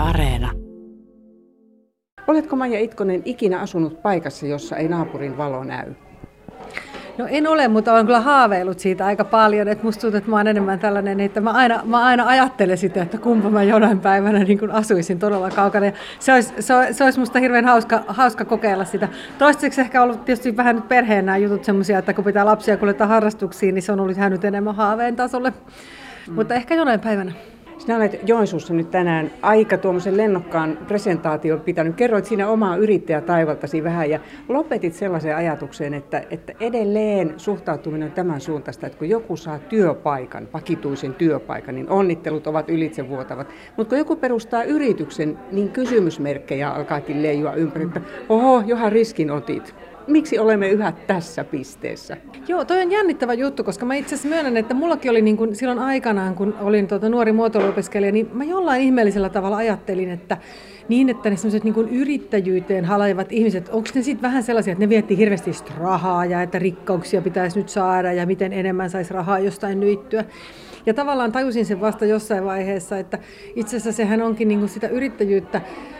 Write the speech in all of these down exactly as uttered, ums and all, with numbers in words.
Areena. Oletko Maija Itkonen ikinä asunut paikassa, jossa ei naapurin valo näy? No en ole, mutta olen kyllä haaveillut siitä aika paljon. Että musta tuntuu, että mä olen enemmän tällainen, että mä aina, mä aina ajattelen sitä, että kumpa mä jonain päivänä niin kuin asuisin todella kaukana. Ja se, olisi, se, se olisi musta hirveän hauska, hauska kokeilla sitä. Toistaiseksi ehkä ollut tietysti vähän nyt perheen nämä jutut semmoisia, että kun pitää lapsia kuljettaa harrastuksiin, niin se on ollut ihan nyt enemmän haaveen tasolle. Mm. Mutta ehkä jonain päivänä. Sinä olet Joensuussa nyt tänään aika tuommoisen lennokkaan presentaation pitänyt. Kerroit siinä omaa yrittäjätaivaltasi vähän ja lopetit sellaiseen ajatukseen, että, että edelleen suhtautuminen on tämän suuntaista, että kun joku saa työpaikan, vakituisen työpaikan, niin onnittelut ovat ylitsevuotavat. Mutta kun joku perustaa yrityksen, niin kysymysmerkkejä alkaakin leijua ympäri, että oho, johan riskin otit. Miksi olemme yhä tässä pisteessä? Joo, toi on jännittävä juttu, koska mä itse asiassa myönnän, että mullakin oli niin kuin silloin aikanaan, kun olin tuota nuori muotoiluopiskelija, niin mä jollain ihmeellisellä tavalla ajattelin, että niin, että ne sellaiset niin kuin yrittäjyyteen halajavat ihmiset, onko ne sitten vähän sellaisia, että ne vietti hirveästi rahaa ja että rikkauksia pitäisi nyt saada ja miten enemmän saisi rahaa jostain nyittyä. Ja tavallaan tajusin sen vasta jossain vaiheessa, että itse asiassa sehän onkin niin kuin sitä yrittäjyyttä,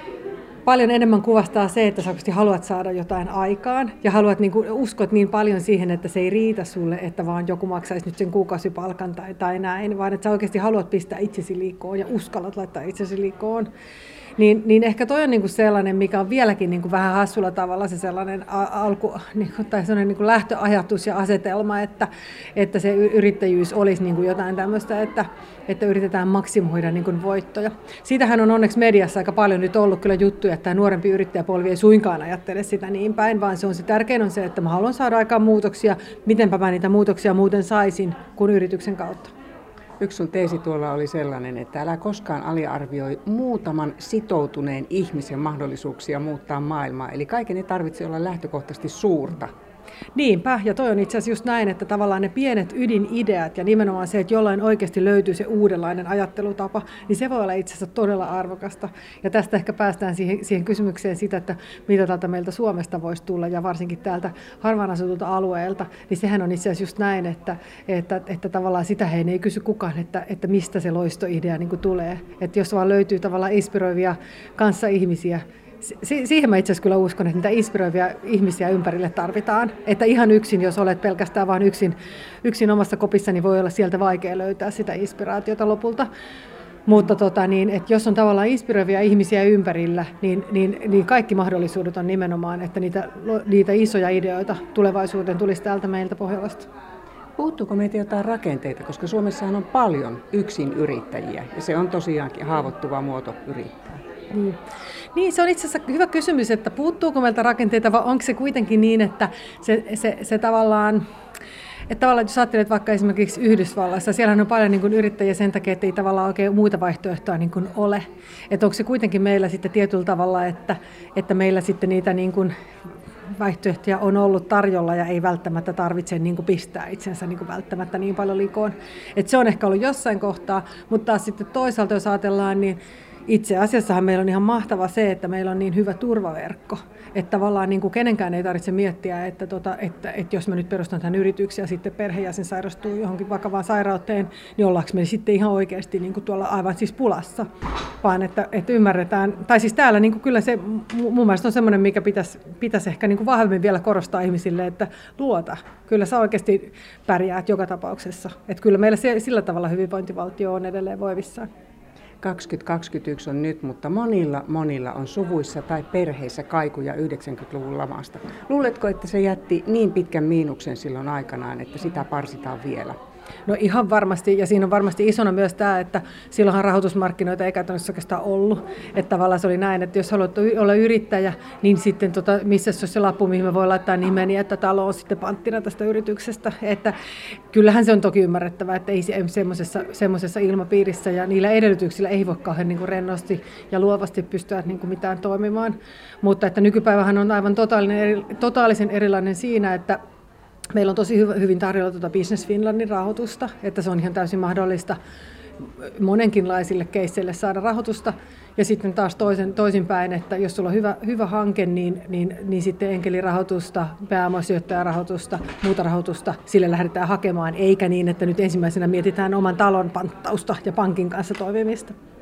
paljon enemmän kuvastaa se, että sä oikeasti haluat saada jotain aikaan ja haluat, niin kuin, uskot niin paljon siihen, että se ei riitä sulle, että vaan joku maksaisi nyt sen kuukausipalkan tai, tai näin, vaan että sä oikeasti haluat pistää itsesi liikkoon ja uskallat laittaa itsesi liikkoon. Niin, niin ehkä toi on niinku sellainen, mikä on vieläkin niinku vähän hassulla tavalla se sellainen alku, niinku, tai sellainen niinku lähtöajatus ja asetelma, että, että se yrittäjyys olisi niinku jotain tämmöistä, että, että yritetään maksimoida niinku voittoja. Siitähän on onneksi mediassa aika paljon nyt ollut kyllä juttuja, että tämä nuorempi yrittäjäpolvi ei suinkaan ajattele sitä niin päin, vaan se on se tärkein on se, että mä haluan saada aikaan muutoksia, mitenpä mä niitä muutoksia muuten saisin kuin yrityksen kautta. Yksi sun teesi tuolla oli sellainen, että älä koskaan aliarvioi muutaman sitoutuneen ihmisen mahdollisuuksia muuttaa maailmaa. Eli kaiken ei tarvitse olla lähtökohtaisesti suurta. Niinpä, ja toi on itse asiassa just näin, että tavallaan ne pienet ydinideat ja nimenomaan se, että jollain oikeasti löytyy se uudenlainen ajattelutapa, niin se voi olla itse asiassa todella arvokasta. Ja tästä ehkä päästään siihen, siihen kysymykseen sitä, että mitä täältä meiltä Suomesta voisi tulla ja varsinkin täältä harvaan asutulta alueelta, niin sehän on itse asiassa just näin, että, että, että tavallaan sitä heidän ei kysy kukaan, että, että mistä se loistoidea niin kuin tulee. Että jos vaan löytyy tavallaan inspiroivia kanssaihmisiä, Si- siihen mä itse asiassa kyllä uskon, että niitä inspiroivia ihmisiä ympärille tarvitaan. Että ihan yksin, jos olet pelkästään vain yksin, yksin omassa kopissa, niin voi olla sieltä vaikea löytää sitä inspiraatiota lopulta. Mutta tota, niin, että jos on tavallaan inspiroivia ihmisiä ympärillä, niin, niin, niin kaikki mahdollisuudet on nimenomaan, että niitä, niitä isoja ideoita tulevaisuuteen tulisi täältä meiltä Pohjolasta. Puuttuuko meitä jotain rakenteita, koska Suomessahan on paljon yksin yrittäjiä ja se on tosiaankin haavoittuva muoto yrittää. Niin. niin, se on itse asiassa hyvä kysymys, että puuttuuko meiltä rakenteita vai onko se kuitenkin niin, että se, se, se tavallaan, että tavallaan jos ajattelet vaikka esimerkiksi Yhdysvalloissa, siellä on paljon niin kuin yrittäjiä sen takia, että ei tavallaan oikein muita vaihtoehtoja niin kuin ole. Että onko se kuitenkin meillä sitten tietyllä tavalla, että, että meillä sitten niitä niin kuin vaihtoehtoja on ollut tarjolla ja ei välttämättä tarvitse niin kuin pistää itsensä niin kuin välttämättä niin paljon likoon. Että se on ehkä ollut jossain kohtaa, mutta taas sitten toisaalta jos ajatellaan, niin itse asiassahan meillä on ihan mahtava se, että meillä on niin hyvä turvaverkko, että tavallaan niin kuin kenenkään ei tarvitse miettiä, että, tota, että, että jos mä nyt perustan tämän yrityksen ja sitten perheenjäsen sairastuu johonkin vakavaan sairauteen, niin ollaanko me sitten ihan oikeasti niin kuin tuolla aivan siis pulassa, vaan että, että ymmärretään, tai siis täällä niin kuin kyllä se mun mielestä on semmoinen, mikä pitäisi, pitäisi ehkä niin kuin vahvemmin vielä korostaa ihmisille, että luota, kyllä sä oikeasti pärjäät joka tapauksessa, että kyllä meillä sillä tavalla hyvinvointivaltio on edelleen voivissaan. kaksituhattakaksikymmentäyksi on nyt, mutta monilla monilla on suvuissa tai perheissä kaikuja yhdeksänkymmentäluvun lamasta. Luuletko, että se jätti niin pitkän miinuksen silloin aikanaan, että sitä parsitaan vielä? No ihan varmasti, ja siinä on varmasti isona myös tämä, että silloinhan rahoitusmarkkinoita ei käytännössä oikeastaan ollut. Että tavallaan se oli näin, että jos haluat olla yrittäjä, niin sitten tota, missä se on se lappu, mihin me voi laittaa nimeni, että talo on sitten panttina tästä yrityksestä. Että kyllähän se on toki ymmärrettävää, että ei semmoisessa, semmoisessa ilmapiirissä ja niillä edellytyksillä ei voi kauhean niin kuin rennosti ja luovasti pystyä niin kuin mitään toimimaan. Mutta että nykypäivähän on aivan totaalinen, eri, totaalisen erilainen siinä, että meillä on tosi hyvin tarjolla tuota Business Finlandin rahoitusta, että se on ihan täysin mahdollista monenkinlaisille keisseille saada rahoitusta. Ja sitten taas toisen, toisinpäin, että jos sulla on hyvä, hyvä hanke, niin, niin, niin sitten enkelirahoitusta, pääomasijoittajarahoitusta, muuta rahoitusta, sille lähdetään hakemaan, eikä niin, että nyt ensimmäisenä mietitään oman talon panttausta ja pankin kanssa toimimista.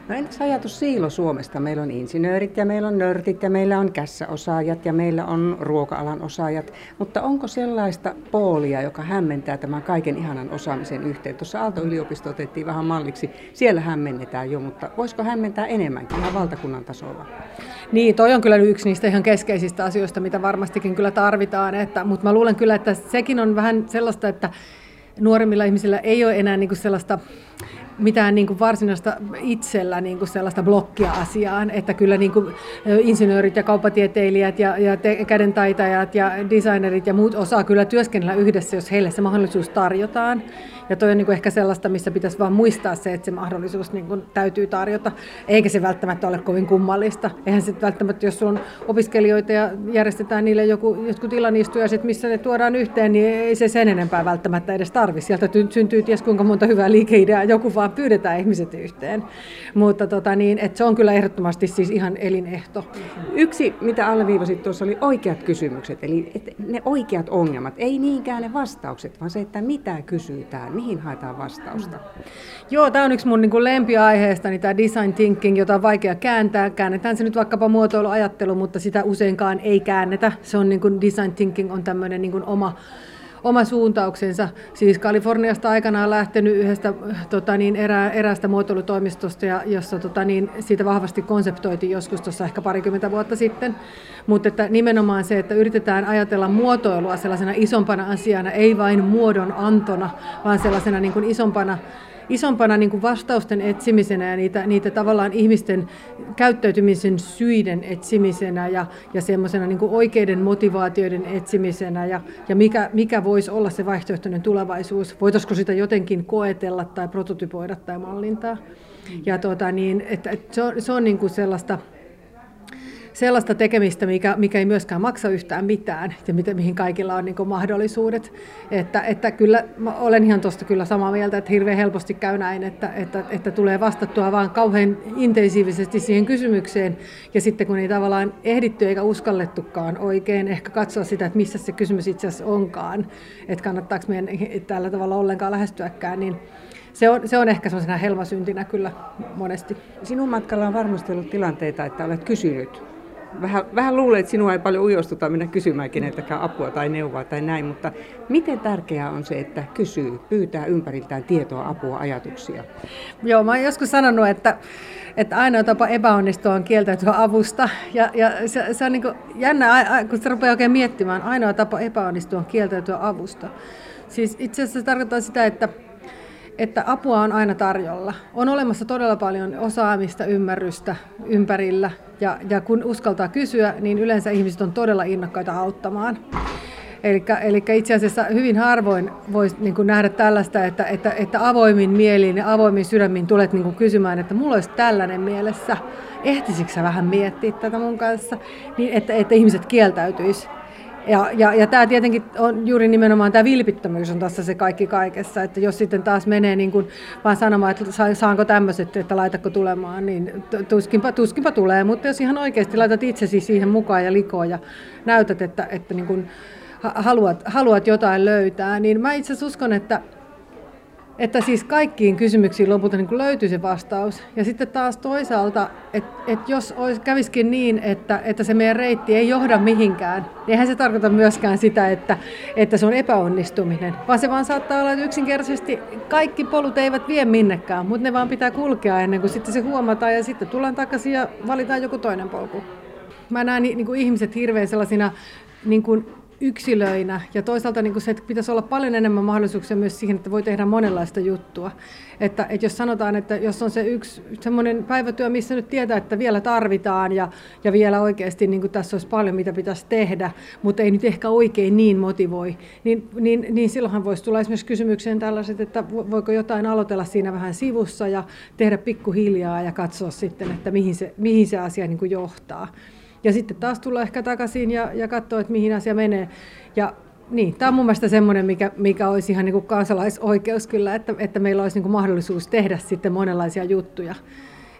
No entäs ajatus Siilo Suomesta? Meillä on insinöörit ja meillä on nörtit ja meillä on kässäosaajat ja meillä on ruoka-alan osaajat. Mutta onko sellaista poolia, joka hämmentää tämän kaiken ihanan osaamisen yhteen? Tuossa Aalto-yliopisto otettiin vähän malliksi. Siellä hämmennetään jo, mutta voisiko hämmentää enemmänkin ihan valtakunnan tasolla? Niin, toi on kyllä yksi niistä ihan keskeisistä asioista, mitä varmastikin kyllä tarvitaan. Että, mutta mä luulen kyllä, että sekin on vähän sellaista, että nuoremmilla ihmisillä ei ole enää niinku sellaista mitään niin kuin varsinaista itsellä niin kuin sellaista blokkia asiaan, että kyllä niin kuin insinöörit ja kauppatieteilijät ja, ja te, kädentaitajat ja designerit ja muut osaa kyllä työskennellä yhdessä, jos heille se mahdollisuus tarjotaan. Ja toi on niin kuin ehkä sellaista, missä pitäisi vaan muistaa se, että se mahdollisuus niin kuin täytyy tarjota, eikä se välttämättä ole kovin kummallista. Eihän se välttämättä, jos sulla on opiskelijoita ja järjestetään niille joku, jotkut illanistujaiset, missä ne tuodaan yhteen, niin ei se sen enempää välttämättä edes tarvitse. Sieltä syntyy ties kuinka monta hyvää liikeideaa, joku vaan pyydetään ihmiset yhteen. Mutta tota niin, että se on kyllä ehdottomasti siis ihan elinehto. Yksi, mitä alleviivasit tuossa, oli oikeat kysymykset, eli ne oikeat ongelmat, ei niinkään ne vastaukset, vaan se, että mitä kysytään. Mihin haetaan vastausta? Joo, tämä on yksi mun niin kuin lempiaiheesta, niin tämä design thinking, jota on vaikea kääntää. Käännetään se nyt vaikkapa muotoiluajattelu, mutta sitä useinkaan ei käännetä. Se on niin kuin design thinking on tämmöinen niin kuin oma, oma suuntauksensa. Siis Kaliforniasta aikanaan lähtenyt yhdestä tota niin, erä, eräästä muotoilutoimistosta, ja, jossa tota niin, siitä vahvasti konseptoitiin joskus tuossa ehkä parikymmentä vuotta sitten. Mutta että nimenomaan se, että yritetään ajatella muotoilua sellaisena isompana asiana, ei vain muodon antona, vaan sellaisena niin kuin isompana, isompana niin kuin vastausten etsimisenä ja niitä, niitä tavallaan ihmisten käyttäytymisen syiden etsimisenä ja, ja semmoisena niin kuin oikeiden motivaatioiden etsimisenä ja, ja mikä, mikä voisi olla se vaihtoehtoinen tulevaisuus. Voitaisiko sitä jotenkin koetella tai prototypoida tai mallintaa. Ja tuota, niin, että, että se on, se on niin kuin sellaista... Sellaista tekemistä, mikä, mikä ei myöskään maksa yhtään mitään ja mitä, mihin kaikilla on niin kuin mahdollisuudet. Että, että kyllä, mä olen ihan tuosta kyllä samaa mieltä, että hirveän helposti käy näin, että, että, että tulee vastattua vaan kauhean intensiivisesti siihen kysymykseen. Ja sitten kun ei tavallaan ehditty eikä uskallettukaan oikein ehkä katsoa sitä, että missä se kysymys itse asiassa onkaan, että kannattaako meidän tällä tavalla ollenkaan lähestyäkään, niin Se on, se on ehkä sellaisena helmasyntinä kyllä monesti. Sinun matkalla on varmasti ollut tilanteita, että olet kysynyt. Vähän, vähän luulen, että sinua ei paljon ujostuta mennä kysymään keneltäkään apua tai neuvoa tai näin, mutta miten tärkeää on se, että kysyy, pyytää ympäriltään tietoa, apua, ajatuksia? Joo, mä oon joskus sanonut, että, että ainoa tapa epäonnistua on kieltäytyä avusta. Ja, ja se, se on niin kuin jännä, kun se rupeaa oikein miettimään, ainoa tapa epäonnistua on kieltäytyä avusta. Siis itse asiassa se tarkoittaa sitä, että että apua on aina tarjolla. On olemassa todella paljon osaamista, ymmärrystä ympärillä, ja, ja kun uskaltaa kysyä, niin yleensä ihmiset on todella innokkaita auttamaan. Eli itse asiassa hyvin harvoin voisi niin kuin nähdä tällaista, että, että, että avoimin mieliin ja avoimin sydämin tulet niin kuin kysymään, että mulla olisi tällainen mielessä, ehtisikö sä vähän miettiä tätä mun kanssa, niin että, että ihmiset kieltäytyisi. Ja, ja, ja tämä tietenkin on juuri nimenomaan tämä vilpittömyys on tässä se kaikki kaikessa, että jos sitten taas menee niin kuin vaan sanomaan, että saanko tämmöiset, että laitatko tulemaan, niin tuskinpa, tuskinpa tulee, mutta jos ihan oikeasti laitat itsesi siihen mukaan ja likoon ja näytät, että, että niin kuin haluat, haluat jotain löytää, niin mä itse asiassa uskon, että Että siis kaikkiin kysymyksiin lopulta niin kuin löytyy se vastaus. Ja sitten taas toisaalta, että, että jos olisi, kävisikin niin, että, että se meidän reitti ei johda mihinkään, niin eihän se tarkoita myöskään sitä, että, että se on epäonnistuminen. Vaan se vaan saattaa olla, että yksinkertaisesti kaikki polut eivät vie minnekään, mutta ne vaan pitää kulkea ennen kuin sitten se huomataan ja sitten tullaan takaisin ja valitaan joku toinen polku. Mä näen niin kuin ihmiset hirveän sellaisina niin kuin yksilöinä ja toisaalta niin kuin se, että pitäisi olla paljon enemmän mahdollisuuksia myös siihen, että voi tehdä monenlaista juttua. Että, että jos sanotaan, että jos on se yksi semmoinen päivätyö, missä nyt tietää, että vielä tarvitaan ja, ja vielä oikeasti niin kuin tässä olisi paljon, mitä pitäisi tehdä, mutta ei nyt ehkä oikein niin motivoi, niin, niin, niin silloinhan voisi tulla esimerkiksi kysymykseen tällaiset, että voiko jotain aloitella siinä vähän sivussa ja tehdä pikkuhiljaa ja katsoa sitten, että mihin se, mihin se asia niin kuin johtaa. Ja sitten taas tulla ehkä takaisin ja, ja katsoa, että mihin asia menee. Ja niin, tämä on mun mielestä semmoinen, mikä, mikä olisi ihan niin kuin kansalaisoikeus kyllä, että, että meillä olisi niin kuin mahdollisuus tehdä sitten monenlaisia juttuja.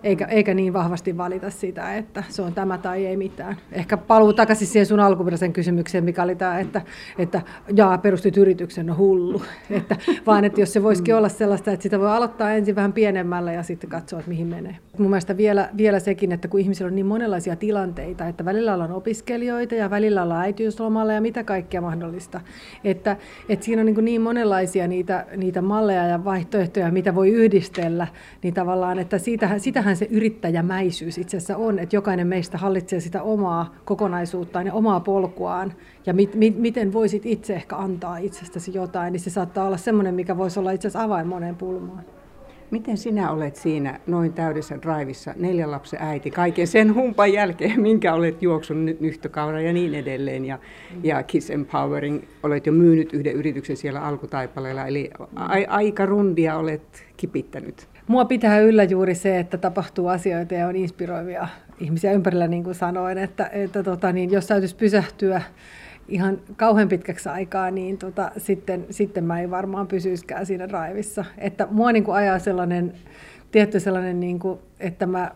eikä, eikä niin vahvasti valita sitä, että se on tämä tai ei mitään. Ehkä paluu takaisin siihen sun alkuperäisen kysymykseen, mikä oli tämä, että, että jaa, perustit yrityksen, on hullu. Että, vaan että jos se voisikin olla sellaista, että sitä voi aloittaa ensin vähän pienemmällä ja sitten katsoa, että mihin menee. Mun mielestä vielä, vielä sekin, että kun ihmisillä on niin monenlaisia tilanteita, että välillä ollaan opiskelijoita ja välillä ollaan äitiyslomalla ja mitä kaikkea mahdollista, että, että siinä on niin, niin monenlaisia niitä, niitä malleja ja vaihtoehtoja, mitä voi yhdistellä, niin tavallaan, että siitähän, sitähän se yrittäjämäisyys itse asiassa on, että jokainen meistä hallitsee sitä omaa kokonaisuuttaan ja omaa polkuaan, ja mit, mit, miten voisit itse ehkä antaa itsestäsi jotain, niin se saattaa olla semmoinen, mikä voisi olla itse asiassa avain moneen pulmaan. Miten sinä olet siinä noin täydessä drivissa, neljän lapsen äiti, kaiken sen humpan jälkeen, minkä olet juoksun nyhtökaura ja niin edelleen, ja, ja Kiss Empowering, olet jo myynyt yhden yrityksen siellä alkutaipaleella, eli a- aika rundia olet kipittänyt. Mua pitää yllä juuri se, että tapahtuu asioita ja on inspiroivia ihmisiä ympärillä, niin kuin sanoin, että, että tota, niin jos täytyisi pysähtyä ihan kauhean pitkäksi aikaa, niin tota, sitten, sitten mä en varmaan pysyisikään siinä raivissa. Että mua niin kuin ajaa sellainen, tietty sellainen, niin kuin, että mä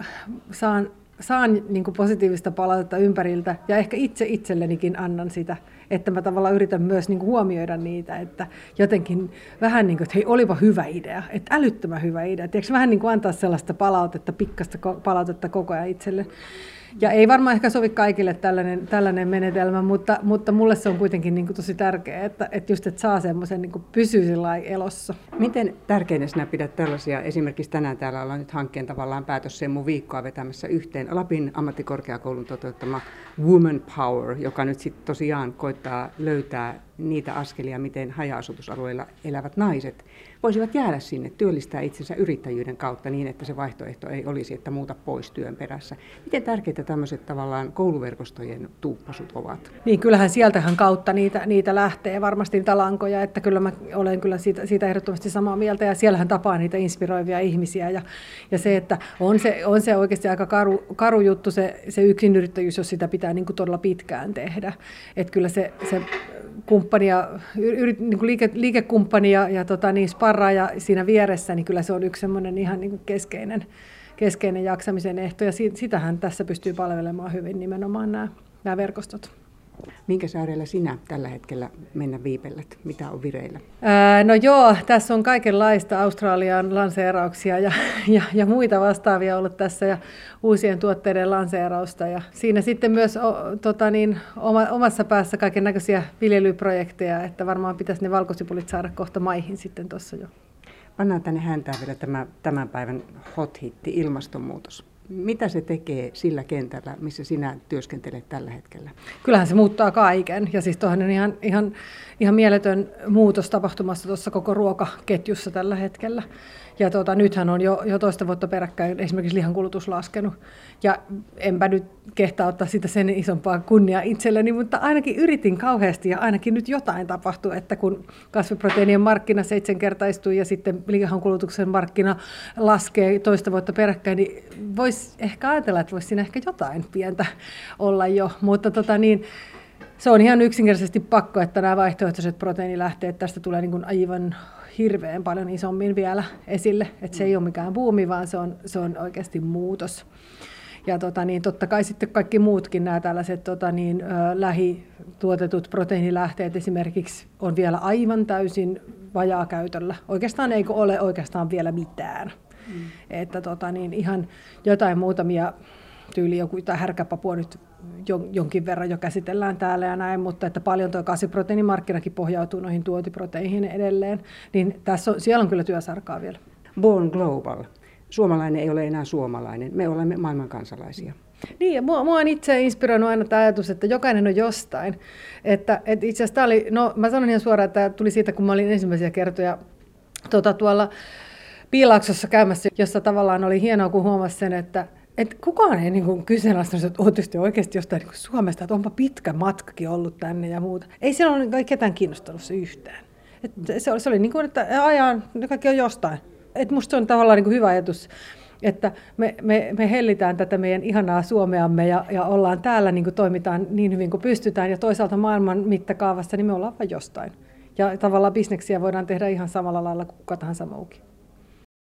saan, saan niin kuin positiivista palautetta ympäriltä ja ehkä itse itsellenikin annan sitä, että mä tavallaan yritän myös niin kuin huomioida niitä, että jotenkin vähän niin kuin, että hei, olipa hyvä idea, että älyttömän hyvä idea. Tiedätkö, vähän niin kuin antaa sellaista palautetta, pikkasta palautetta koko ajan itselle. Ja ei varmaan ehkä sovi kaikille tällainen, tällainen menetelmä, mutta, mutta mulle se on kuitenkin niin kuin tosi tärkeää, että, että just että saa semmoisen niin kuin pysyy elossa. Miten tärkeänä sinä pidät tällaisia, esimerkiksi tänään täällä ollaan nyt hankkeen tavallaan päätös Semmu viikkoa vetämässä yhteen Lapin ammattikorkeakoulun toteuttama Woman Power, joka nyt sitten tosiaan koittaa löytää niitä askelia, miten haja-asutusalueilla elävät naiset voisivat jäädä sinne, työllistää itsensä yrittäjyyden kautta niin, että se vaihtoehto ei olisi, että muuta pois työn perässä. Miten tärkeitä tämmöiset tavallaan kouluverkostojen tuuppasut ovat? Niin, kyllähän sieltähän kautta niitä, niitä lähtee varmasti niitä lankoja, että kyllä mä olen kyllä siitä, siitä ehdottomasti samaa mieltä, ja siellähän tapaa niitä inspiroivia ihmisiä, ja, ja se, että on se, on se oikeasti aika karu, karu juttu se, se yksinyrittäjyys, jos sitä pitää niin kuin todella pitkään tehdä. Että kyllä se, se kumppani ja, yrit, niin kuin liike, liikekumppani ja, ja tota, niin sparraaja siinä vieressä, niin kyllä se on yksi semmoinen ihan niin kuin keskeinen, keskeinen jaksamisen ehto, ja sitähän tässä pystyy palvelemaan hyvin nimenomaan nämä, nämä verkostot. Minkä äärellä sinä tällä hetkellä mennä viipellet? Mitä on vireillä? Ää, no joo, tässä on kaikenlaista Australian lanseerauksia ja, ja, ja muita vastaavia ollut tässä ja uusien tuotteiden lanseerausta. Ja siinä sitten myös o, tota niin, oma, omassa päässä kaiken näköisiä viljelyprojekteja, että varmaan pitäisi ne valkosipulit saada kohta maihin sitten tuossa jo. Pannaan tänne häntään vielä tämä, tämän päivän hot hitti, ilmastonmuutos. Mitä se tekee sillä kentällä, missä sinä työskentelet tällä hetkellä? Kyllähän se muuttaa kaiken. Ja siis tuohon on ihan, ihan, ihan mieletön muutos tapahtumassa tuossa koko ruokaketjussa tällä hetkellä. Ja tuota, nythän on jo, jo toista vuotta peräkkäin esimerkiksi lihan kulutus laskenut. Ja enpä nyt kehtaa ottaa sitä sen isompaa kunniaa itselleni, mutta ainakin yritin kauheasti ja ainakin nyt jotain tapahtuu, että kun kasviproteiinien markkina seitsemänkertaistui ja sitten lihan kulutuksen markkina laskee toista vuotta peräkkäin, niin voisi ehkä ajatella, että voisi siinä ehkä jotain pientä olla jo, mutta tota niin, se on ihan yksinkertaisesti pakko, että nämä vaihtoehtoiset proteiinilähteet tästä tulee niin kuin aivan hirveän paljon isommin vielä esille, että se ei ole mikään buumi, vaan se on, se on oikeasti muutos. Ja tota niin, totta kai sitten kaikki muutkin nämä tällaiset tota niin, ö, lähituotetut proteiinilähteet esimerkiksi on vielä aivan täysin vajaakäytöllä. Oikeastaan eikö ole oikeastaan vielä mitään. Mm. Että tota niin, ihan jotain muutamia tyyli joku tai härkäpapua nyt jonkin verran jo käsitellään täällä ja näin, mutta että paljon tuo kasviproteiinimarkkinakin pohjautuu noihin tuotiproteiihin edelleen, niin tässä on, siellä on kyllä työsarkaa vielä. Born Global. Suomalainen ei ole enää suomalainen. Me olemme maailman kansalaisia. Niin, ja mua, mua on itse inspiroinut aina tämä ajatus, että jokainen on jostain. Että, että itse asiassa tämä oli, no mä sanon ihan suoraan, että tämä tuli siitä, kun mä olin ensimmäisiä kertoja tuota, tuolla Piilaaksossa käymässä, jossa tavallaan oli hienoa, kun huomasi sen, että et kukaan ei niin kyseenalaistanut, että olet tietysti oikeasti jostain niin Suomesta, että onpa pitkä matkakin ollut tänne ja muuta. Ei siellä ole ketään kiinnostanut se yhtään. Et se, oli, se oli niin kuin, että ajaan, kaikki on jostain. Et musta se on tavallaan niin kuin hyvä ajatus, että me, me, me hellitään tätä meidän ihanaa Suomeamme ja, ja ollaan täällä, niin kuin toimitaan niin hyvin kuin pystytään. Ja toisaalta maailman mittakaavassa niin me ollaan vain jostain. Ja tavallaan bisneksiä voidaan tehdä ihan samalla lailla kuin kuka tahansa muukin.